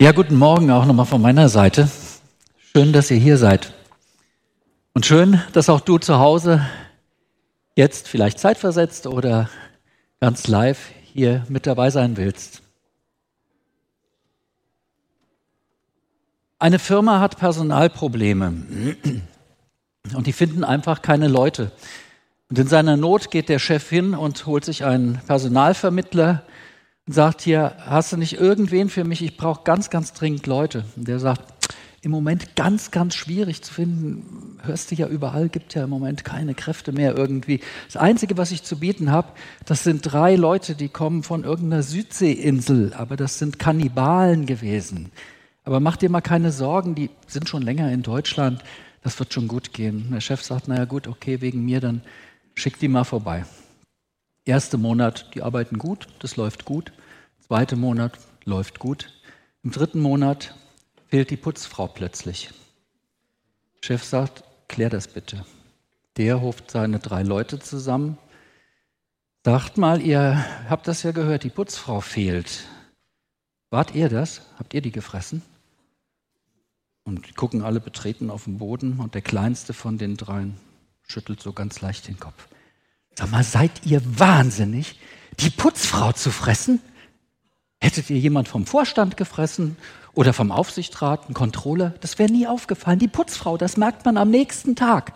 Ja, guten Morgen auch nochmal von meiner Seite. Schön, dass ihr hier seid. Und schön, dass auch du zu Hause jetzt vielleicht zeitversetzt oder ganz live hier mit dabei sein willst. Eine Firma hat Personalprobleme und die finden einfach keine Leute. Und in seiner Not geht der Chef hin und holt sich einen Personalvermittler und sagt, hier, hast du nicht irgendwen für mich? Ich brauche ganz, ganz dringend Leute. Und der sagt, im Moment ganz, ganz schwierig zu finden. Hörst du ja überall, gibt ja im Moment keine Kräfte mehr irgendwie. Das Einzige, was ich zu bieten habe, das sind 3 Leute, die kommen von irgendeiner Südseeinsel, aber das sind Kannibalen gewesen. Aber mach dir mal keine Sorgen, die sind schon länger in Deutschland, das wird schon gut gehen. Der Chef sagt, naja gut, okay, wegen mir, dann schick die mal vorbei. 1. Monat, die arbeiten gut, das läuft gut. 2. Monat, läuft gut. Im 3. Monat fehlt die Putzfrau plötzlich. Der Chef sagt, klär das bitte. Der ruft seine 3 Leute zusammen. Sagt mal, ihr habt das ja gehört, die Putzfrau fehlt. Wart ihr das? Habt ihr die gefressen? Und die gucken alle betreten auf den Boden und der kleinste von den 3 schüttelt so ganz leicht den Kopf. Sag mal, seid ihr wahnsinnig, die Putzfrau zu fressen? Hättet ihr jemand vom Vorstand gefressen oder vom Aufsichtsrat, einen Controller? Das wäre nie aufgefallen. Die Putzfrau, das merkt man am nächsten Tag.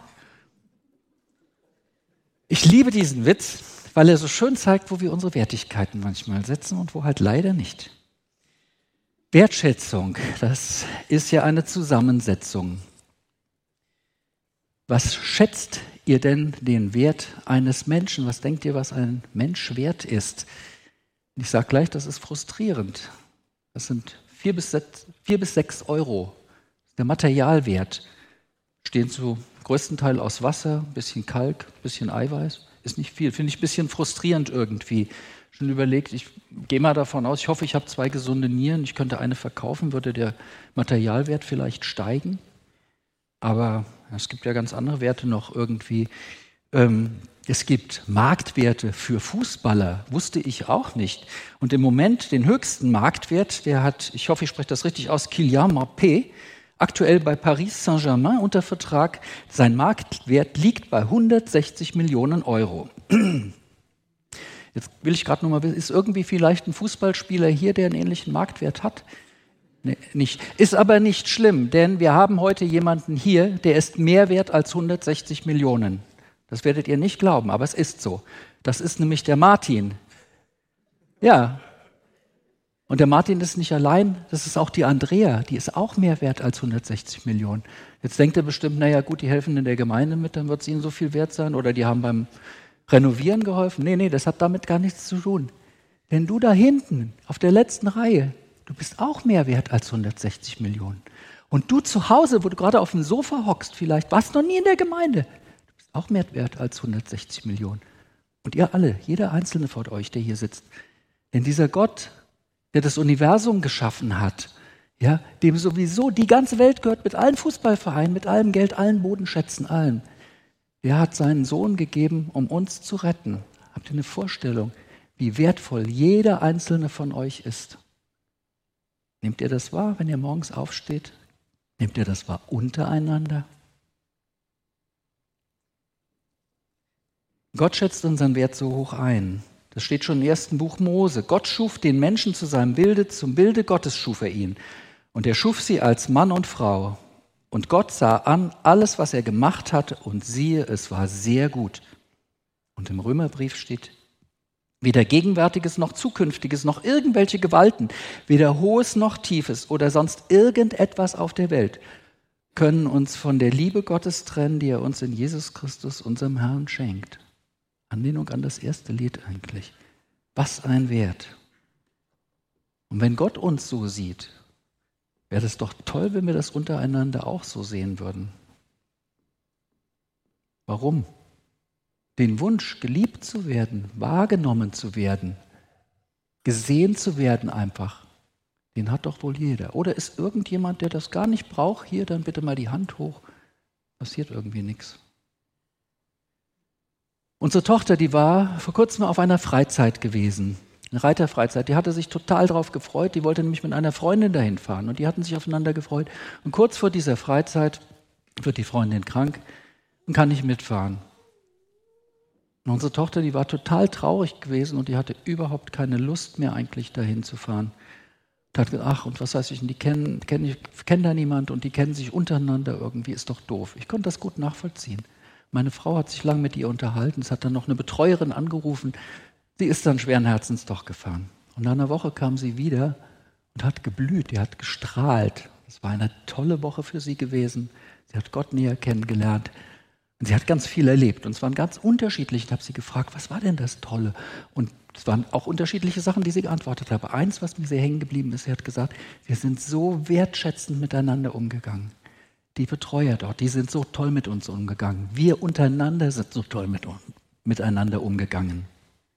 Ich liebe diesen Witz, weil er so schön zeigt, wo wir unsere Wertigkeiten manchmal setzen und wo halt leider nicht. Wertschätzung, das ist ja eine Zusammensetzung. Was schätzt ihr denn den Wert eines Menschen? Was denkt ihr, was ein Mensch wert ist? Ich sage gleich, das ist frustrierend. Das sind 4 bis 6 Euro. Der Materialwert stehen zu größten Teil aus Wasser, ein bisschen Kalk, ein bisschen Eiweiß. Ist nicht viel, finde ich ein bisschen frustrierend irgendwie. Schon überlegt, ich gehe mal davon aus, ich hoffe, ich habe 2 gesunde Nieren, ich könnte eine verkaufen, würde der Materialwert vielleicht steigen. Aber es gibt ja ganz andere Werte noch irgendwie. Es gibt Marktwerte für Fußballer, wusste ich auch nicht. Und im Moment den höchsten Marktwert, der hat, ich hoffe, ich spreche das richtig aus, Kylian Mbappé, aktuell bei Paris Saint-Germain unter Vertrag. Sein Marktwert liegt bei 160 Millionen Euro. Jetzt will ich gerade nochmal wissen, ist irgendwie vielleicht ein Fußballspieler hier, der einen ähnlichen Marktwert hat? Nee, nicht. Ist aber nicht schlimm, denn wir haben heute jemanden hier, der ist mehr wert als 160 Millionen. Das werdet ihr nicht glauben, aber es ist so. Das ist nämlich der Martin. Ja. Und der Martin ist nicht allein, das ist auch die Andrea, die ist auch mehr wert als 160 Millionen. Jetzt denkt ihr bestimmt, naja gut, die helfen in der Gemeinde mit, dann wird es ihnen so viel wert sein oder die haben beim Renovieren geholfen. Nee, das hat damit gar nichts zu tun. Denn du da hinten, auf der letzten Reihe, du bist auch mehr wert als 160 Millionen. Und du zu Hause, wo du gerade auf dem Sofa hockst vielleicht, warst noch nie in der Gemeinde, du bist auch mehr wert als 160 Millionen. Und ihr alle, jeder einzelne von euch, der hier sitzt. Denn dieser Gott, der das Universum geschaffen hat, ja, dem sowieso die ganze Welt gehört, mit allen Fußballvereinen, mit allem Geld, allen Bodenschätzen, allem. Der hat seinen Sohn gegeben, um uns zu retten. Habt ihr eine Vorstellung, wie wertvoll jeder einzelne von euch ist? Nehmt ihr das wahr, wenn ihr morgens aufsteht? Nehmt ihr das wahr untereinander? Gott schätzt unseren Wert so hoch ein. Das steht schon im 1. Buch Mose. Gott schuf den Menschen zu seinem Bilde, zum Bilde Gottes schuf er ihn. Und er schuf sie als Mann und Frau. Und Gott sah an alles, was er gemacht hatte, und siehe, es war sehr gut. Und im Römerbrief steht, weder Gegenwärtiges noch Zukünftiges noch irgendwelche Gewalten, weder Hohes noch Tiefes oder sonst irgendetwas auf der Welt können uns von der Liebe Gottes trennen, die er uns in Jesus Christus, unserem Herrn, schenkt. Anlehnung an das erste Lied eigentlich. Was ein Wert. Und wenn Gott uns so sieht, wäre es doch toll, wenn wir das untereinander auch so sehen würden. Warum? Den Wunsch, geliebt zu werden, wahrgenommen zu werden, gesehen zu werden einfach, den hat doch wohl jeder. Oder ist irgendjemand, der das gar nicht braucht? Hier, dann bitte mal die Hand hoch. Passiert irgendwie nichts. Unsere Tochter, die war vor kurzem auf einer Freizeit gewesen. eine Reiterfreizeit. Die hatte sich total drauf gefreut. Die wollte nämlich mit einer Freundin dahin fahren. Und die hatten sich aufeinander gefreut. Und kurz vor dieser Freizeit wird die Freundin krank und kann nicht mitfahren. Und unsere Tochter, die war total traurig gewesen und die hatte überhaupt keine Lust mehr eigentlich dahin zu fahren. Und hat gesagt, ach, und was weiß ich, die kennen da niemand und die kennen sich untereinander irgendwie, ist doch doof. Ich konnte das gut nachvollziehen. Meine Frau hat sich lange mit ihr unterhalten. Es hat dann noch eine Betreuerin angerufen. Sie ist dann schweren Herzens doch gefahren. Und nach einer Woche kam sie wieder und hat geblüht, die hat gestrahlt. Es war eine tolle Woche für sie gewesen. Sie hat Gott näher kennengelernt. Und sie hat ganz viel erlebt. Und es waren ganz unterschiedlich. Ich habe sie gefragt, was war denn das Tolle? Und es waren auch unterschiedliche Sachen, die sie geantwortet hat. Aber eins, was mir sehr hängen geblieben ist, sie hat gesagt, wir sind so wertschätzend miteinander umgegangen. Die Betreuer dort, die sind so toll mit uns umgegangen. Wir untereinander sind so toll miteinander umgegangen.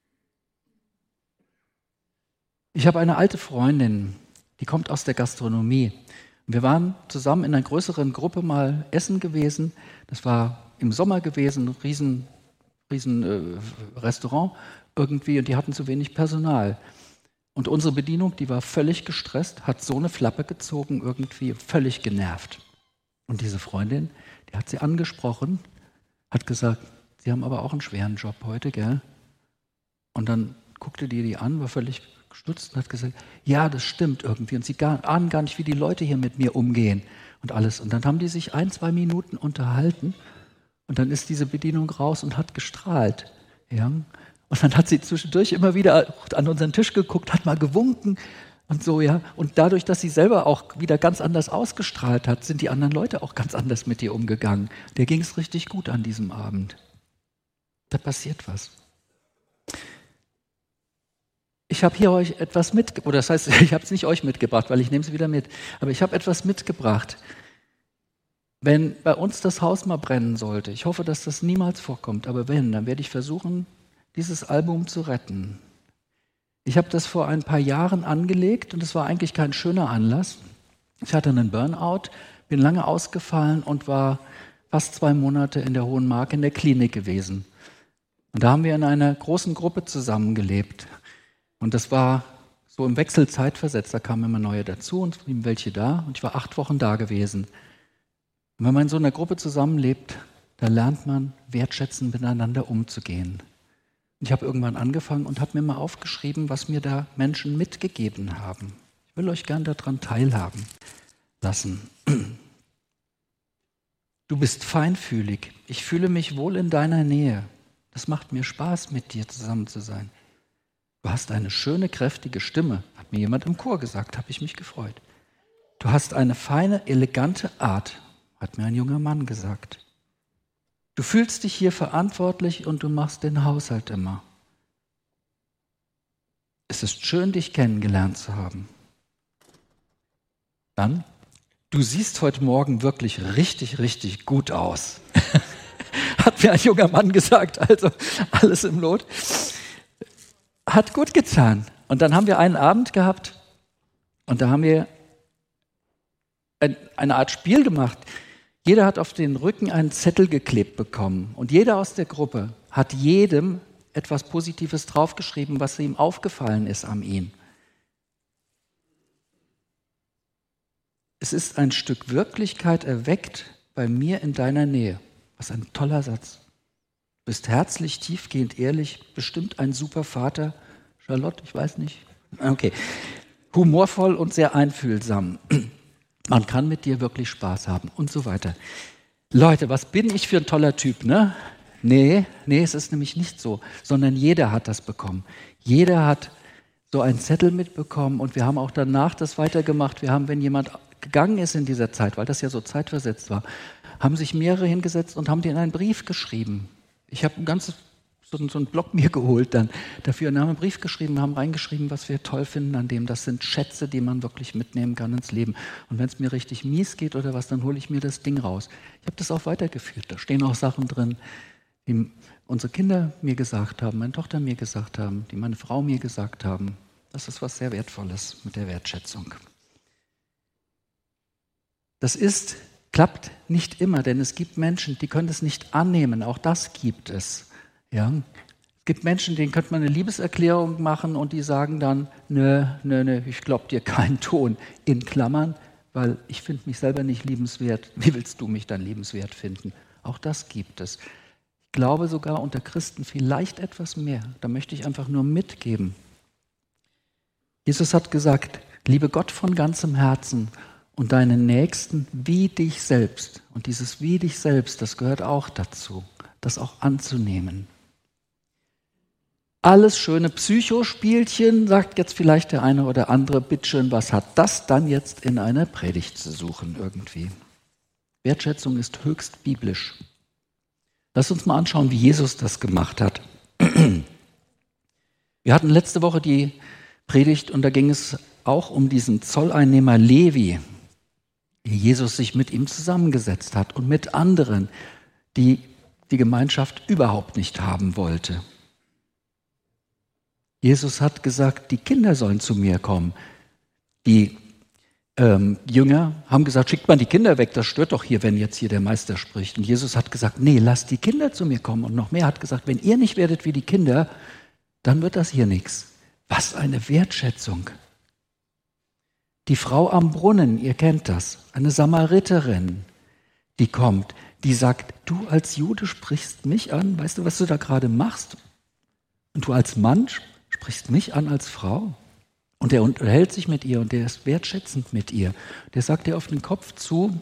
Ich habe eine alte Freundin, die kommt aus der Gastronomie. Wir waren zusammen in einer größeren Gruppe mal essen gewesen. Das war im Sommer gewesen, ein riesen Restaurant irgendwie und die hatten zu wenig Personal. Und unsere Bedienung, die war völlig gestresst, hat so eine Flappe gezogen, irgendwie völlig genervt. Und diese Freundin, die hat sie angesprochen, hat gesagt, Sie haben aber auch einen schweren Job heute, gell? Und dann guckte die an, war völlig gestutzt und hat gesagt, ja, das stimmt irgendwie. Und Sie ahnen gar nicht, wie die Leute hier mit mir umgehen und alles. Und dann haben die sich 1-2 Minuten unterhalten und dann ist diese Bedienung raus und hat gestrahlt. Ja? Und dann hat sie zwischendurch immer wieder an unseren Tisch geguckt, hat mal gewunken und so, ja. Und dadurch, dass sie selber auch wieder ganz anders ausgestrahlt hat, sind die anderen Leute auch ganz anders mit ihr umgegangen. Der ging es richtig gut an diesem Abend. Da passiert was. Ich habe hier euch etwas mitgebracht, oder das heißt, ich habe es nicht euch mitgebracht, weil ich nehme es wieder mit, aber ich habe etwas mitgebracht. Wenn bei uns das Haus mal brennen sollte, ich hoffe, dass das niemals vorkommt, aber wenn, dann werde ich versuchen, dieses Album zu retten. Ich habe das vor ein paar Jahren angelegt und es war eigentlich kein schöner Anlass. Ich hatte einen Burnout, bin lange ausgefallen und war fast 2 Monate in der Hohen Mark in der Klinik gewesen. Und da haben wir in einer großen Gruppe zusammengelebt. Und das war so im Wechsel zeitversetzt, da kamen immer neue dazu und blieben welche da. Und ich war 8 Wochen da gewesen. Und wenn man in so einer Gruppe zusammenlebt, da lernt man wertschätzend miteinander umzugehen. Und ich habe irgendwann angefangen und habe mir mal aufgeschrieben, was mir da Menschen mitgegeben haben. Ich will euch gern daran teilhaben lassen. Du bist feinfühlig. Ich fühle mich wohl in deiner Nähe. Das macht mir Spaß, mit dir zusammen zu sein. Du hast eine schöne, kräftige Stimme, hat mir jemand im Chor gesagt, habe ich mich gefreut. Du hast eine feine, elegante Art, hat mir ein junger Mann gesagt. Du fühlst dich hier verantwortlich und du machst den Haushalt immer. Es ist schön, dich kennengelernt zu haben. Dann, du siehst heute Morgen wirklich richtig, richtig gut aus. Hat mir ein junger Mann gesagt, also alles im Lot. Hat gut getan. Und dann haben wir einen Abend gehabt und da haben wir eine Art Spiel gemacht. Jeder hat auf den Rücken einen Zettel geklebt bekommen und jeder aus der Gruppe hat jedem etwas Positives draufgeschrieben, was ihm aufgefallen ist an ihm. Es ist ein Stück Wirklichkeit erweckt bei mir in deiner Nähe. Was ein toller Satz. Du bist herzlich, tiefgehend, ehrlich, bestimmt ein super Vater. Charlotte, ich weiß nicht. Okay. Humorvoll und sehr einfühlsam. Man kann mit dir wirklich Spaß haben und so weiter. Leute, was bin ich für ein toller Typ, ne? Nee, es ist nämlich nicht so, sondern jeder hat das bekommen. Jeder hat so einen Zettel mitbekommen und wir haben auch danach das weitergemacht. Wir haben, wenn jemand gegangen ist in dieser Zeit, weil das ja so zeitversetzt war, haben sich mehrere hingesetzt und haben dir einen Brief geschrieben. Ich habe so einen Blog mir geholt dann dafür und haben einen Brief geschrieben, haben reingeschrieben, was wir toll finden an dem. Das sind Schätze, die man wirklich mitnehmen kann ins Leben. Und wenn es mir richtig mies geht oder was, dann hole ich mir das Ding raus. Ich habe das auch weitergeführt. Da stehen auch Sachen drin, die unsere Kinder mir gesagt haben, meine Tochter mir gesagt haben, die meine Frau mir gesagt haben. Das ist was sehr Wertvolles mit der Wertschätzung. Das klappt nicht immer, denn es gibt Menschen, die können es nicht annehmen. Auch das gibt es. Ja? Es gibt Menschen, denen könnte man eine Liebeserklärung machen und die sagen dann, nö, ich glaube dir keinen Ton, in Klammern, weil ich finde mich selber nicht liebenswert. Wie willst du mich dann liebenswert finden? Auch das gibt es. Ich glaube sogar unter Christen vielleicht etwas mehr. Da möchte ich einfach nur mitgeben. Jesus hat gesagt, liebe Gott von ganzem Herzen und deinen Nächsten wie dich selbst. Und dieses wie dich selbst, das gehört auch dazu, das auch anzunehmen. Alles schöne Psychospielchen, sagt jetzt vielleicht der eine oder andere, bitteschön, was hat das dann jetzt in einer Predigt zu suchen irgendwie? Wertschätzung ist höchst biblisch. Lass uns mal anschauen, wie Jesus das gemacht hat. Wir hatten letzte Woche die Predigt und da ging es auch um diesen Zolleinnehmer Levi, wie Jesus sich mit ihm zusammengesetzt hat und mit anderen, die die Gemeinschaft überhaupt nicht haben wollte. Jesus hat gesagt, die Kinder sollen zu mir kommen. Die Jünger haben gesagt, schickt mal die Kinder weg, das stört doch hier, wenn jetzt hier der Meister spricht. Und Jesus hat gesagt, nee, lasst die Kinder zu mir kommen. Und noch mehr hat gesagt, wenn ihr nicht werdet wie die Kinder, dann wird das hier nichts. Was eine Wertschätzung. Die Frau am Brunnen, ihr kennt das, eine Samariterin, die kommt, die sagt, du als Jude sprichst mich an, weißt du, was du da gerade machst? Und du als Mann sprichst mich an als Frau. Und er unterhält sich mit ihr und der ist wertschätzend mit ihr. Der sagt ihr auf den Kopf zu,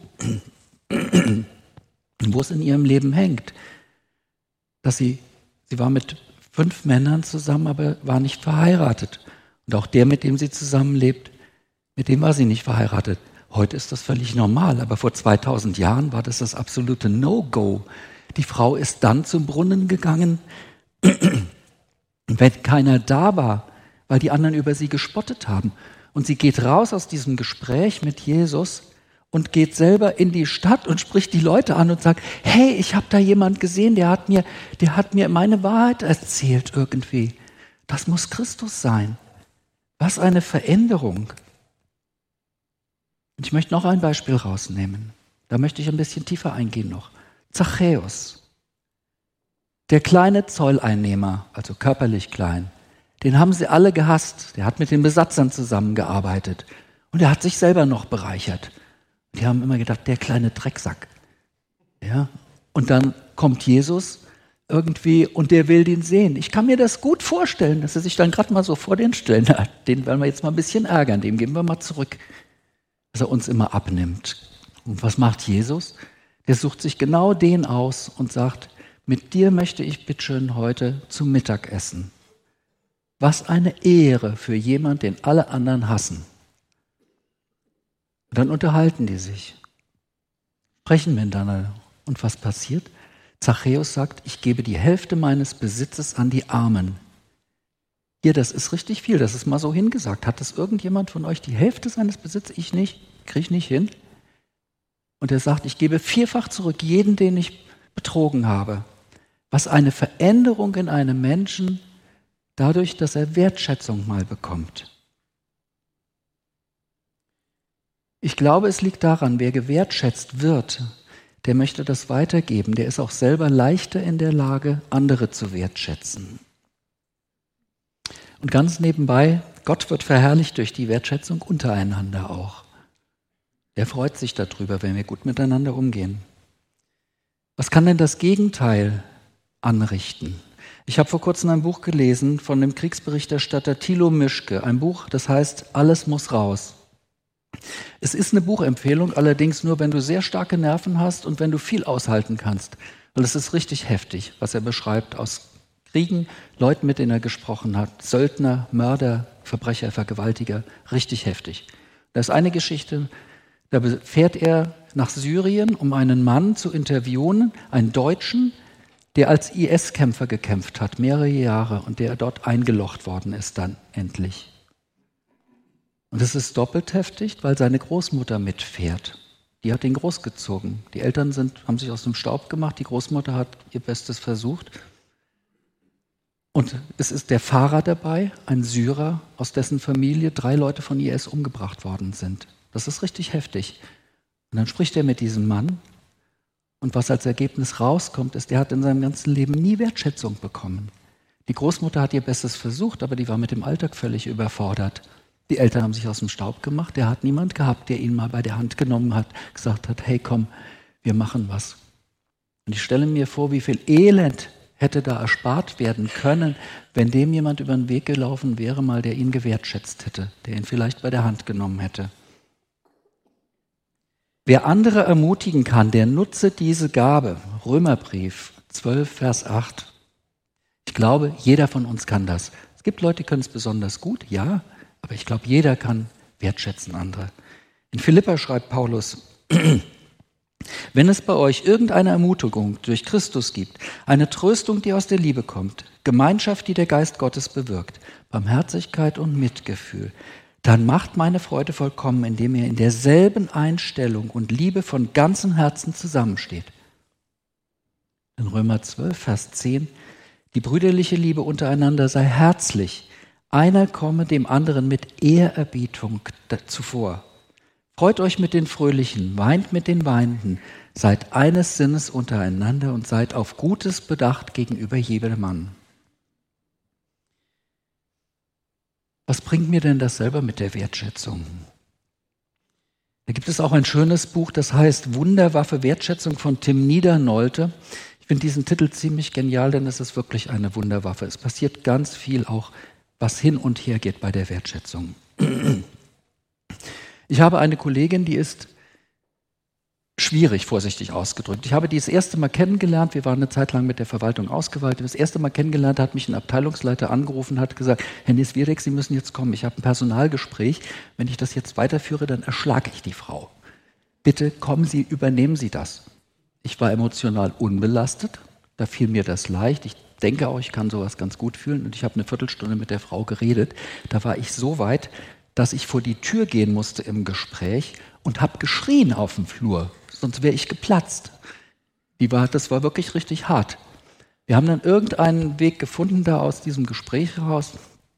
wo es in ihrem Leben hängt. Dass sie war mit 5 Männern zusammen, aber war nicht verheiratet. Und auch der, mit dem sie zusammenlebt, mit dem war sie nicht verheiratet. Heute ist das völlig normal, aber vor 2000 Jahren war das absolute No-Go. Die Frau ist dann zum Brunnen gegangen, wenn keiner da war, weil die anderen über sie gespottet haben. Und sie geht raus aus diesem Gespräch mit Jesus und geht selber in die Stadt und spricht die Leute an und sagt, hey, ich habe da jemand gesehen, der hat mir meine Wahrheit erzählt irgendwie. Das muss Christus sein. Was eine Veränderung. Und ich möchte noch ein Beispiel rausnehmen. Da möchte ich ein bisschen tiefer eingehen noch. Zachäus. Der kleine Zolleinnehmer, also körperlich klein, den haben sie alle gehasst. Der hat mit den Besatzern zusammengearbeitet. Und er hat sich selber noch bereichert. Die haben immer gedacht, der kleine Drecksack. Ja? Und dann kommt Jesus irgendwie und der will den sehen. Ich kann mir das gut vorstellen, dass er sich dann gerade mal so vor den stellt. Na, den werden wir jetzt mal ein bisschen ärgern, dem geben wir mal zurück. Dass er uns immer abnimmt. Und was macht Jesus? Der sucht sich genau den aus und sagt, mit dir möchte ich bitteschön heute zum Mittag essen. Was eine Ehre für jemanden, den alle anderen hassen. Und dann unterhalten die sich, sprechen miteinander. Und was passiert? Zachäus sagt, ich gebe die Hälfte meines Besitzes an die Armen. Hier, das ist richtig viel, das ist mal so hingesagt. Hat das irgendjemand von euch die Hälfte seines Besitzes? Ich nicht, kriege ich nicht hin. Und er sagt, ich gebe 4-fach zurück, jeden, den ich betrogen habe. Was eine Veränderung in einem Menschen, dadurch, dass er Wertschätzung mal bekommt. Ich glaube, es liegt daran, wer gewertschätzt wird, der möchte das weitergeben. Der ist auch selber leichter in der Lage, andere zu wertschätzen. Und ganz nebenbei, Gott wird verherrlicht durch die Wertschätzung untereinander auch. Er freut sich darüber, wenn wir gut miteinander umgehen. Was kann denn das Gegenteil anrichten? Ich habe vor kurzem ein Buch gelesen von dem Kriegsberichterstatter Thilo Mischke. Ein Buch, das heißt, alles muss raus. Es ist eine Buchempfehlung, allerdings nur, wenn du sehr starke Nerven hast und wenn du viel aushalten kannst. Weil es ist richtig heftig, was er beschreibt aus Kriegen, Leuten, mit denen er gesprochen hat, Söldner, Mörder, Verbrecher, Vergewaltiger, richtig heftig. Da ist eine Geschichte, da fährt er nach Syrien, um einen Mann zu interviewen, einen Deutschen, der als IS-Kämpfer gekämpft hat, mehrere Jahre, und der dort eingelocht worden ist dann endlich. Und es ist doppelt heftig, weil seine Großmutter mitfährt. Die hat ihn großgezogen. Die Eltern haben sich aus dem Staub gemacht, die Großmutter hat ihr Bestes versucht. Und es ist der Fahrer dabei, ein Syrer, aus dessen Familie 3 Leute von IS umgebracht worden sind. Das ist richtig heftig. Und dann spricht er mit diesem Mann. Und was als Ergebnis rauskommt, ist, er hat in seinem ganzen Leben nie Wertschätzung bekommen. Die Großmutter hat ihr Bestes versucht, aber die war mit dem Alltag völlig überfordert. Die Eltern haben sich aus dem Staub gemacht. Der hat niemand gehabt, der ihn mal bei der Hand genommen hat, gesagt hat, hey komm, wir machen was. Und ich stelle mir vor, wie viel Elend hätte da erspart werden können, wenn dem jemand über den Weg gelaufen wäre, mal der ihn gewertschätzt hätte, der ihn vielleicht bei der Hand genommen hätte. Wer andere ermutigen kann, der nutze diese Gabe. Römerbrief 12, Vers 8. Ich glaube, jeder von uns kann das. Es gibt Leute, die können es besonders gut, ja, aber ich glaube, jeder kann wertschätzen andere. In Philipper schreibt Paulus, wenn es bei euch irgendeine Ermutigung durch Christus gibt, eine Tröstung, die aus der Liebe kommt, Gemeinschaft, die der Geist Gottes bewirkt, Barmherzigkeit und Mitgefühl, dann macht meine Freude vollkommen, indem ihr in derselben Einstellung und Liebe von ganzem Herzen zusammensteht. In Römer 12, Vers 10, die brüderliche Liebe untereinander sei herzlich, einer komme dem anderen mit Ehrerbietung zuvor. Freut euch mit den Fröhlichen, weint mit den Weinenden, seid eines Sinnes untereinander und seid auf Gutes bedacht gegenüber jedermann. Was bringt mir denn das selber mit der Wertschätzung? Da gibt es auch ein schönes Buch, das heißt Wunderwaffe Wertschätzung von Tim Niedernolte. Ich finde diesen Titel ziemlich genial, denn es ist wirklich eine Wunderwaffe. Es passiert ganz viel auch, was hin und her geht bei der Wertschätzung. Ich habe eine Kollegin, die ist schwierig, vorsichtig ausgedrückt. Ich habe die das erste Mal kennengelernt, wir waren eine Zeit lang mit der Verwaltung ausgeweitet. Das erste Mal kennengelernt, hat mich ein Abteilungsleiter angerufen und hat gesagt, Herr Nieswierek, Sie müssen jetzt kommen, ich habe ein Personalgespräch. Wenn ich das jetzt weiterführe, dann erschlage ich die Frau. Bitte kommen Sie, übernehmen Sie das. Ich war emotional unbelastet, da fiel mir das leicht. Ich denke auch, ich kann sowas ganz gut fühlen und ich habe eine Viertelstunde mit der Frau geredet. Da war ich so weit, dass ich vor die Tür gehen musste im Gespräch und habe geschrien auf dem Flur, sonst wäre ich geplatzt. Das war wirklich richtig hart. Wir haben dann irgendeinen Weg gefunden da aus diesem Gespräch raus.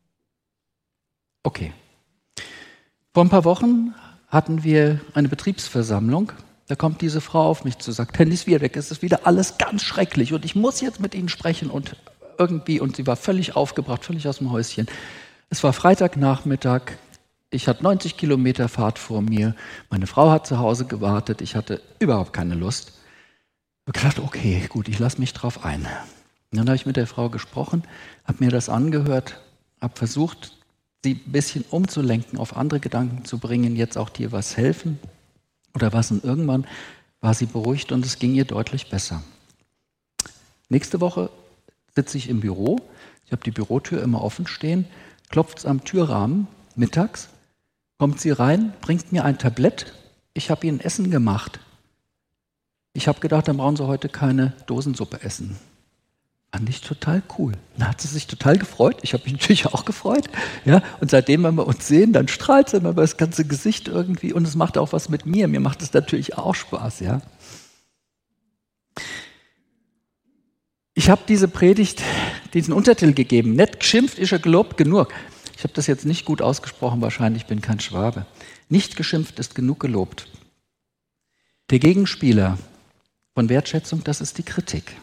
Okay. Vor ein paar Wochen hatten wir eine Betriebsversammlung. Da kommt diese Frau auf mich zu, sagt, Herr Nieswierek, es ist wieder alles ganz schrecklich und ich muss jetzt mit Ihnen sprechen und sie war völlig aufgebracht, völlig aus dem Häuschen. Es war Freitagnachmittag, ich hatte 90 Kilometer Fahrt vor mir, meine Frau hat zu Hause gewartet, ich hatte überhaupt keine Lust. Ich habe gedacht, okay, gut, ich lasse mich drauf ein. Und dann habe ich mit der Frau gesprochen, habe mir das angehört, habe versucht, sie ein bisschen umzulenken, auf andere Gedanken zu bringen, jetzt auch dir was helfen oder was. Und irgendwann war sie beruhigt und es ging ihr deutlich besser. Nächste Woche sitze ich im Büro, ich habe die Bürotür immer offen stehen, klopft es am Türrahmen mittags, kommt sie rein, bringt mir ein Tablett, ich habe ihnen Essen gemacht. Ich habe gedacht, dann brauchen sie heute keine Dosensuppe essen. Fand ich total cool. Dann hat sie sich total gefreut. Ich habe mich natürlich auch gefreut. Ja? Und seitdem, wenn wir uns sehen, dann strahlt sie immer über das ganze Gesicht irgendwie. Und es macht auch was mit mir. Mir macht es natürlich auch Spaß. Ja? Ich habe diese Predigt, diesen Untertitel gegeben. Nicht geschimpft, ist ja gelobt genug. Ich habe das jetzt nicht gut ausgesprochen, wahrscheinlich, ich bin kein Schwabe. Nicht geschimpft ist genug gelobt. Der Gegenspieler von Wertschätzung, das ist die Kritik.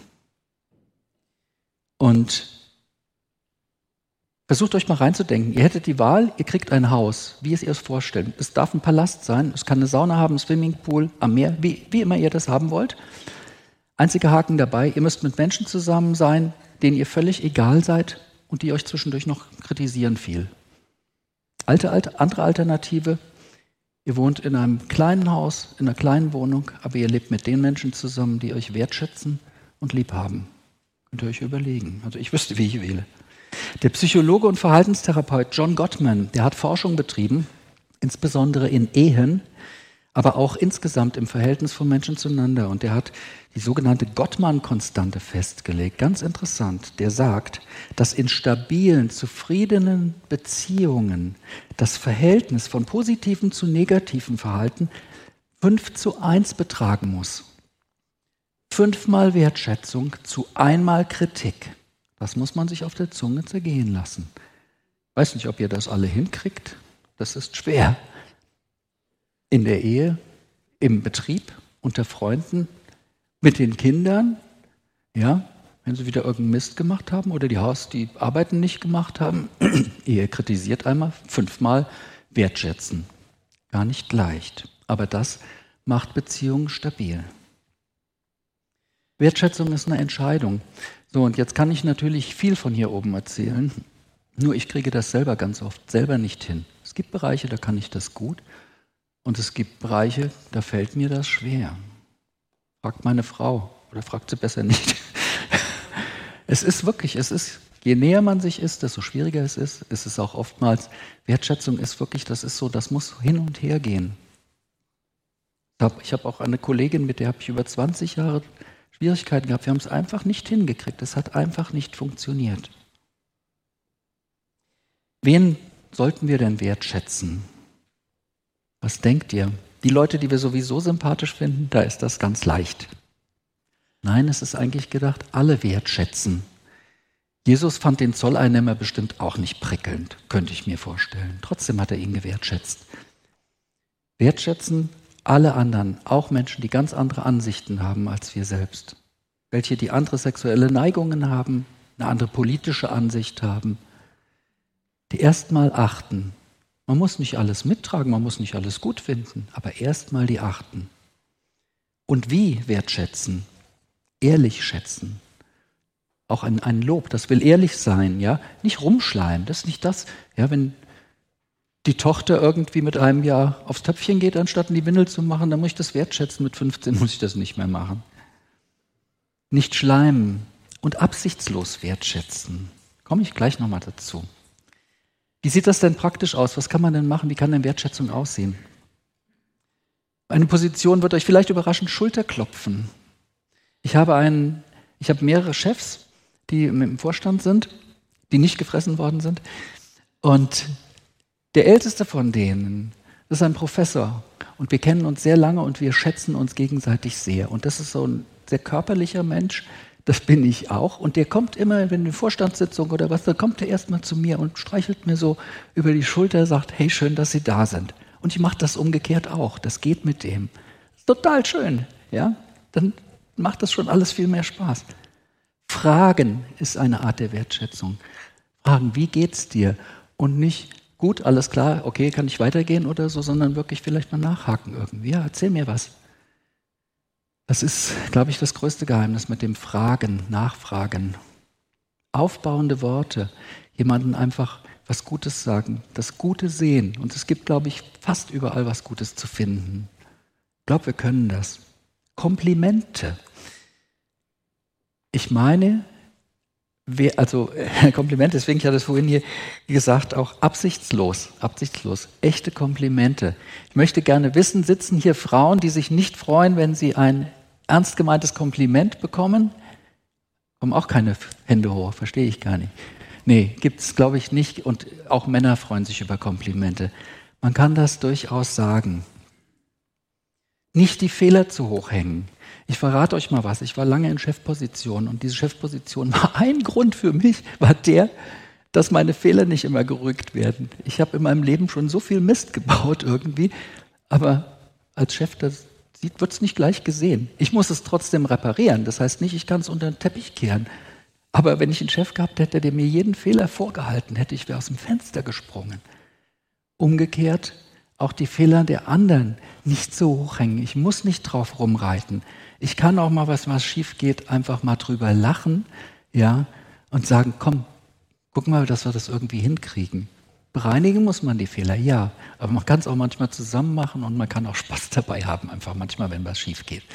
Und versucht euch mal reinzudenken. Ihr hättet die Wahl, ihr kriegt ein Haus, wie es ihr es vorstellt. Es darf ein Palast sein, es kann eine Sauna haben, ein Swimmingpool am Meer, wie immer ihr das haben wollt. Einziger Haken dabei, ihr müsst mit Menschen zusammen sein, denen ihr völlig egal seid und die euch zwischendurch noch kritisieren viel. Andere Alternative, ihr wohnt in einem kleinen Haus, in einer kleinen Wohnung, aber ihr lebt mit den Menschen zusammen, die euch wertschätzen und lieb haben. Könnt ihr euch überlegen. Also ich wüsste, wie ich wähle. Der Psychologe und Verhaltenstherapeut John Gottman, der hat Forschung betrieben, insbesondere in Ehen, aber auch insgesamt im Verhältnis von Menschen zueinander. Und der hat die sogenannte Gottman-Konstante festgelegt. Ganz interessant. Der sagt, dass in stabilen, zufriedenen Beziehungen das Verhältnis von positivem zu negativem Verhalten 5:1 betragen muss. 5-mal Wertschätzung zu 1-mal Kritik. Das muss man sich auf der Zunge zergehen lassen. Ich weiß nicht, ob ihr das alle hinkriegt. Das ist schwer. In der Ehe, im Betrieb, unter Freunden, mit den Kindern. Ja, Wenn sie wieder irgendeinen Mist gemacht haben oder die Arbeiten nicht gemacht haben, Ehe kritisiert einmal, 5-mal wertschätzen. Gar nicht leicht. Aber das macht Beziehungen stabil. Wertschätzung ist eine Entscheidung. So, und jetzt kann ich natürlich viel von hier oben erzählen, nur ich kriege das selber ganz oft selber nicht hin. Es gibt Bereiche, da kann ich das gut und es gibt Bereiche, da fällt mir das schwer. Fragt meine Frau oder fragt sie besser nicht. Es ist wirklich, je näher man sich ist, desto schwieriger es ist. Es ist auch oftmals, Wertschätzung ist wirklich, das ist so, das muss hin und her gehen. Ich habe auch eine Kollegin, mit der habe ich über 20 Jahre Schwierigkeiten gehabt. Wir haben es einfach nicht hingekriegt. Es hat einfach nicht funktioniert. Wen sollten wir denn wertschätzen? Was denkt ihr? Die Leute, die wir sowieso sympathisch finden, da ist das ganz leicht. Nein, es ist eigentlich gedacht, alle wertschätzen. Jesus fand den Zolleinnehmer bestimmt auch nicht prickelnd, könnte ich mir vorstellen. Trotzdem hat er ihn gewertschätzt. Wertschätzen alle anderen, auch Menschen, die ganz andere Ansichten haben als wir selbst. Welche, die andere sexuelle Neigungen haben, eine andere politische Ansicht haben. Die erstmal achten. Man muss nicht alles mittragen, man muss nicht alles gut finden, aber erstmal die achten. Und wie wertschätzen? Ehrlich schätzen. Auch ein Lob, das will ehrlich sein, ja? Nicht rumschleimen, das ist nicht das. Ja, wenn die Tochter irgendwie mit einem Jahr aufs Töpfchen geht, anstatt in die Windel zu machen, dann muss ich das wertschätzen. Mit 15 muss ich das nicht mehr machen. Nicht schleimen und absichtslos wertschätzen. Komme ich gleich nochmal dazu. Wie sieht das denn praktisch aus? Was kann man denn machen? Wie kann denn Wertschätzung aussehen? Eine Position wird euch vielleicht überraschen, Schulterklopfen. Ich habe mehrere Chefs, die im Vorstand sind, die nicht gefressen worden sind. Und der älteste von denen ist ein Professor. Und wir kennen uns sehr lange und wir schätzen uns gegenseitig sehr. Und das ist so ein sehr körperlicher Mensch, das bin ich auch. Und der kommt immer, wenn eine Vorstandssitzung oder was, dann kommt er erstmal zu mir und streichelt mir so über die Schulter, sagt, hey, schön, dass Sie da sind. Und ich mache das umgekehrt auch. Das geht mit dem. Das ist total schön. Ja? Dann macht das schon alles viel mehr Spaß. Fragen ist eine Art der Wertschätzung. Fragen, wie geht's dir? Und nicht, gut, alles klar, okay, kann ich weitergehen oder so, sondern wirklich vielleicht mal nachhaken irgendwie. Ja, erzähl mir was. Das ist, glaube ich, das größte Geheimnis mit dem Fragen, Nachfragen. Aufbauende Worte, jemandem einfach was Gutes sagen, das Gute sehen. Und es gibt, glaube ich, fast überall was Gutes zu finden. Ich glaube, wir können das. Komplimente. Ich meine, Komplimente, deswegen, ich hatte es vorhin hier gesagt, auch absichtslos, echte Komplimente. Ich möchte gerne wissen, sitzen hier Frauen, die sich nicht freuen, wenn sie ein ernst gemeintes Kompliment bekommen? Kommen auch keine Hände hoch, verstehe ich gar nicht. Nee, gibt es, glaube ich, nicht. Und auch Männer freuen sich über Komplimente. Man kann das durchaus sagen. Nicht die Fehler zu hoch hängen. Ich verrate euch mal was. Ich war lange in Chefposition und diese Chefposition war ein Grund für mich, war der, dass meine Fehler nicht immer gerügt werden. Ich habe in meinem Leben schon so viel Mist gebaut irgendwie, aber als Chef, wird es nicht gleich gesehen. Ich muss es trotzdem reparieren. Das heißt nicht, ich kann es unter den Teppich kehren. Aber wenn ich einen Chef gehabt hätte, der mir jeden Fehler vorgehalten hätte, ich wäre aus dem Fenster gesprungen. Umgekehrt auch die Fehler der anderen nicht so hochhängen. Ich muss nicht drauf rumreiten. Ich kann auch mal, was schief geht, einfach mal drüber lachen, ja, und sagen, komm, guck mal, dass wir das irgendwie hinkriegen. Bereinigen muss man die Fehler, ja, aber man kann es auch manchmal zusammen machen und man kann auch Spaß dabei haben, einfach manchmal, wenn was schief geht.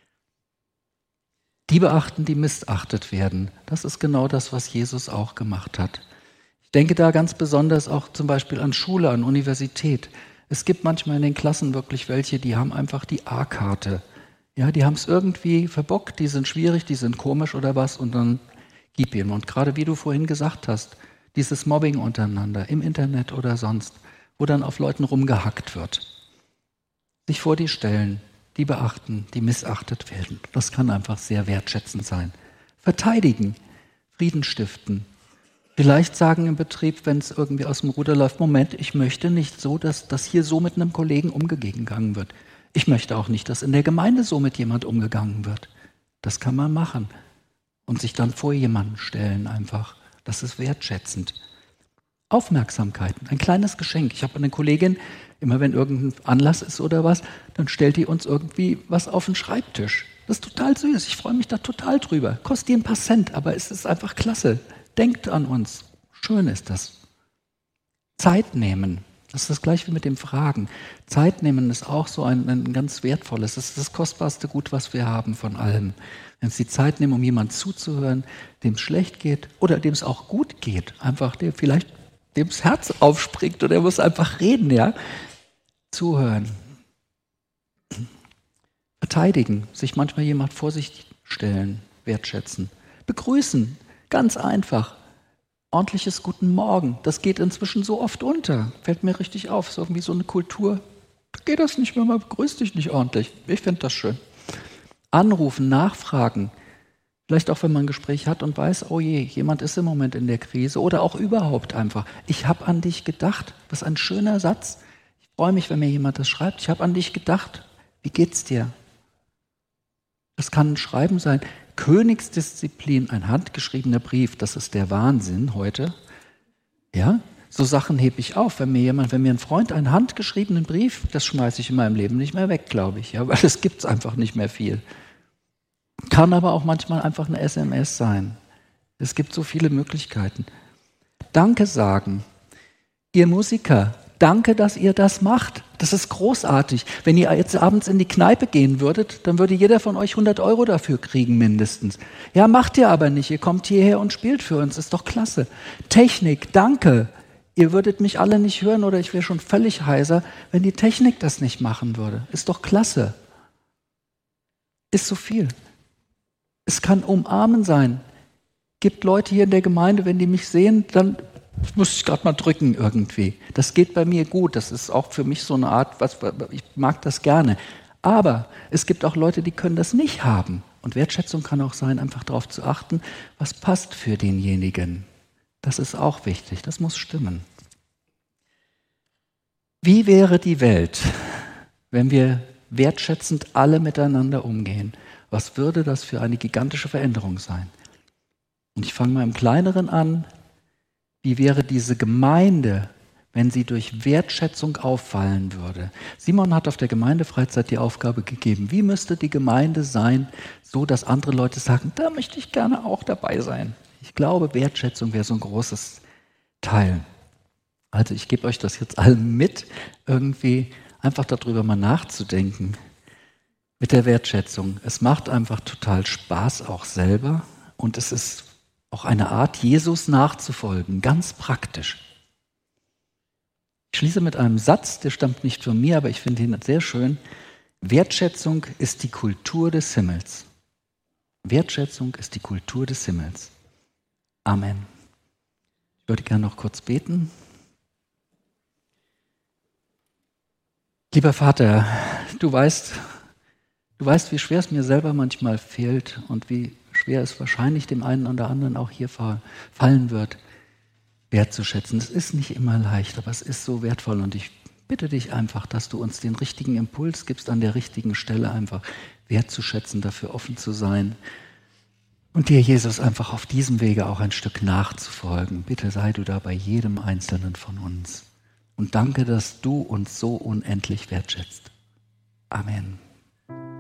Die beachten, die missachtet werden. Das ist genau das, was Jesus auch gemacht hat. Ich denke da ganz besonders auch zum Beispiel an Schule, an Universität. Es gibt manchmal in den Klassen wirklich welche, die haben einfach die A-Karte. Ja, die haben es irgendwie verbockt, die sind schwierig, die sind komisch oder was und dann gib ihm. Und gerade wie du vorhin gesagt hast, dieses Mobbing untereinander, im Internet oder sonst, wo dann auf Leuten rumgehackt wird. Sich vor die stellen, die beachten, die missachtet werden. Das kann einfach sehr wertschätzend sein. Verteidigen, Frieden stiften. Vielleicht sagen im Betrieb, wenn es irgendwie aus dem Ruder läuft, Moment, ich möchte nicht so, dass das hier so mit einem Kollegen umgegangen wird. Ich möchte auch nicht, dass in der Gemeinde so mit jemand umgegangen wird. Das kann man machen. und sich dann vor jemanden stellen einfach. Das ist wertschätzend. Aufmerksamkeit, ein kleines Geschenk. Ich habe eine Kollegin, immer wenn irgendein Anlass ist oder was, dann stellt die uns irgendwie was auf den Schreibtisch. Das ist total süß, ich freue mich da total drüber. Kostet ihr ein paar Cent, aber es ist einfach klasse. Denkt an uns. Schön ist das. Zeit nehmen. Das ist das Gleiche wie mit dem Fragen. Zeit nehmen ist auch so ein ganz wertvolles. Das ist das kostbarste Gut, was wir haben von allem. Wenn Sie Zeit nehmen, um jemandem zuzuhören, dem es schlecht geht oder dem es auch gut geht, einfach der vielleicht dem das Herz aufspringt oder er muss einfach reden, ja. Zuhören. Verteidigen, sich manchmal jemand vor sich stellen, wertschätzen. Begrüßen, ganz einfach. Ordentliches Guten Morgen, das geht inzwischen so oft unter. Fällt mir richtig auf, ist irgendwie so eine Kultur. Geht das nicht mehr, man begrüßt dich nicht ordentlich. Ich finde das schön. Anrufen, nachfragen. Vielleicht auch, wenn man ein Gespräch hat und weiß, oh je, jemand ist im Moment in der Krise oder auch überhaupt einfach. Ich habe an dich gedacht. Das ist ein schöner Satz. Ich freue mich, wenn mir jemand das schreibt. Ich habe an dich gedacht. Wie geht's dir? Das kann ein Schreiben sein. Königsdisziplin, ein handgeschriebener Brief, das ist der Wahnsinn heute. Ja, so Sachen hebe ich auf. Wenn mir ein Freund einen handgeschriebenen Brief, das schmeiße ich in meinem Leben nicht mehr weg, glaube ich. Ja, weil es gibt es einfach nicht mehr viel. Kann aber auch manchmal einfach eine SMS sein. Es gibt so viele Möglichkeiten. Danke sagen. Ihr Musiker, danke, dass ihr das macht. Das ist großartig. Wenn ihr jetzt abends in die Kneipe gehen würdet, dann würde jeder von euch 100 € dafür kriegen mindestens. Ja, macht ihr aber nicht. Ihr kommt hierher und spielt für uns. Ist doch klasse. Technik, danke. Ihr würdet mich alle nicht hören oder ich wäre schon völlig heiser, wenn die Technik das nicht machen würde. Ist doch klasse. Ist so viel. Es kann umarmen sein. Gibt Leute hier in der Gemeinde, wenn die mich sehen, dann muss ich gerade mal drücken irgendwie. Das geht bei mir gut. Das ist auch für mich so eine Art, ich mag das gerne. Aber es gibt auch Leute, die können das nicht haben. Und Wertschätzung kann auch sein, einfach darauf zu achten, was passt für denjenigen. Das ist auch wichtig. Das muss stimmen. Wie wäre die Welt, wenn wir wertschätzend alle miteinander umgehen? Was würde das für eine gigantische Veränderung sein? Und ich fange mal im Kleineren an. Wie wäre diese Gemeinde, wenn sie durch Wertschätzung auffallen würde? Simon hat auf der Gemeindefreizeit die Aufgabe gegeben, wie müsste die Gemeinde sein, so dass andere Leute sagen, da möchte ich gerne auch dabei sein. Ich glaube, Wertschätzung wäre so ein großes Teil. Also ich gebe euch das jetzt allen mit, irgendwie einfach darüber mal nachzudenken. Mit der Wertschätzung. Es macht einfach total Spaß auch selber und es ist auch eine Art, Jesus nachzufolgen, ganz praktisch. Ich schließe mit einem Satz, der stammt nicht von mir, aber ich finde ihn sehr schön. Wertschätzung ist die Kultur des Himmels. Wertschätzung ist die Kultur des Himmels. Amen. Ich würde gerne noch kurz beten. Lieber Vater, du weißt, wie schwer es mir selber manchmal fehlt und wie schwer es wahrscheinlich dem einen oder anderen auch hier fallen wird, wertzuschätzen. Es ist nicht immer leicht, aber es ist so wertvoll und ich bitte dich einfach, dass du uns den richtigen Impuls gibst, an der richtigen Stelle einfach wertzuschätzen, dafür offen zu sein und dir, Jesus, einfach auf diesem Wege auch ein Stück nachzufolgen. Bitte sei du da bei jedem Einzelnen von uns und danke, dass du uns so unendlich wertschätzt. Amen.